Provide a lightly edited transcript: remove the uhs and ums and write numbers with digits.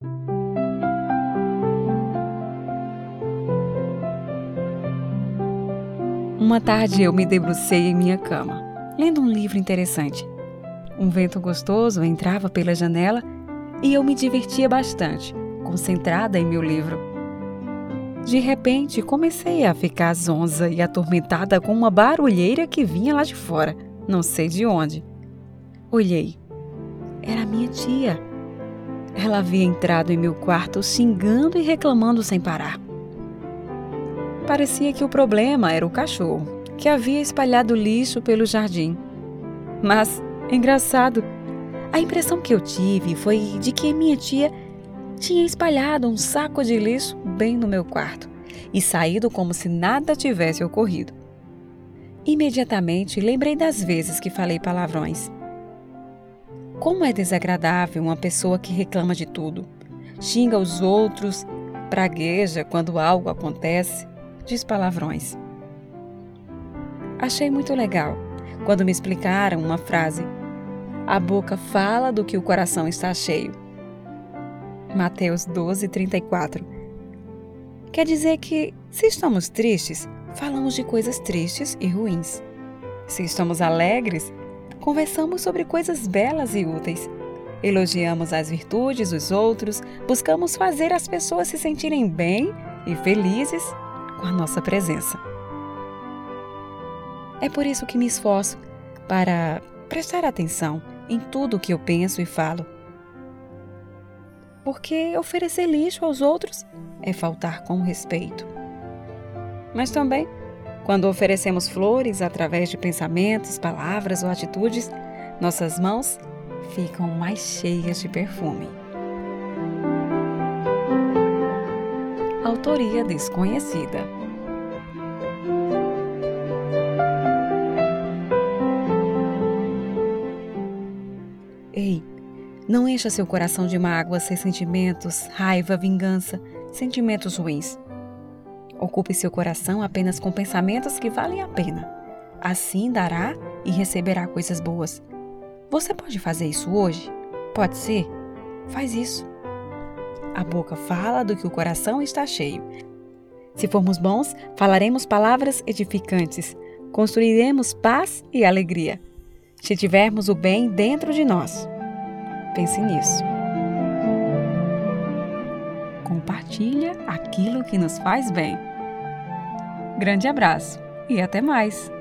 Uma tarde eu me debrucei em minha cama, lendo um livro interessante. Um vento gostoso entrava pela janela e eu me divertia bastante, concentrada em meu livro. De repente, comecei a ficar zonza e atormentada com uma barulheira que vinha lá de fora, não sei de onde. Olhei. Era minha tia. Ela havia entrado em meu quarto xingando e reclamando sem parar. Parecia que o problema era o cachorro, que havia espalhado lixo pelo jardim. Mas, engraçado, a impressão que eu tive foi de que minha tia tinha espalhado um saco de lixo bem no meu quarto e saído como se nada tivesse ocorrido. Imediatamente lembrei das vezes que falei palavrões. Como é desagradável uma pessoa que reclama de tudo, xinga os outros, pragueja quando algo acontece, diz palavrões. Achei muito legal quando me explicaram uma frase: a boca fala do que o coração está cheio. Mateus 12:34. Quer dizer que, se estamos tristes, falamos de coisas tristes e ruins. Se estamos alegres, conversamos sobre coisas belas e úteis. Elogiamos as virtudes dos outros, buscamos fazer as pessoas se sentirem bem e felizes com a nossa presença. É por isso que me esforço para prestar atenção em tudo o que eu penso e falo. Porque oferecer lixo aos outros é faltar com respeito. Mas também, quando oferecemos flores através de pensamentos, palavras ou atitudes, nossas mãos ficam mais cheias de perfume. Autoria desconhecida. Ei, não encha seu coração de mágoas, ressentimentos, raiva, vingança, sentimentos ruins. Ocupe seu coração apenas com pensamentos que valem a pena. Assim dará e receberá coisas boas. Você pode fazer isso hoje? Pode ser? Faz isso. A boca fala do que o coração está cheio. Se formos bons, falaremos palavras edificantes. Construiremos paz e alegria. Se tivermos o bem dentro de nós. Pense nisso. Compartilha aquilo que nos faz bem. Grande abraço e até mais!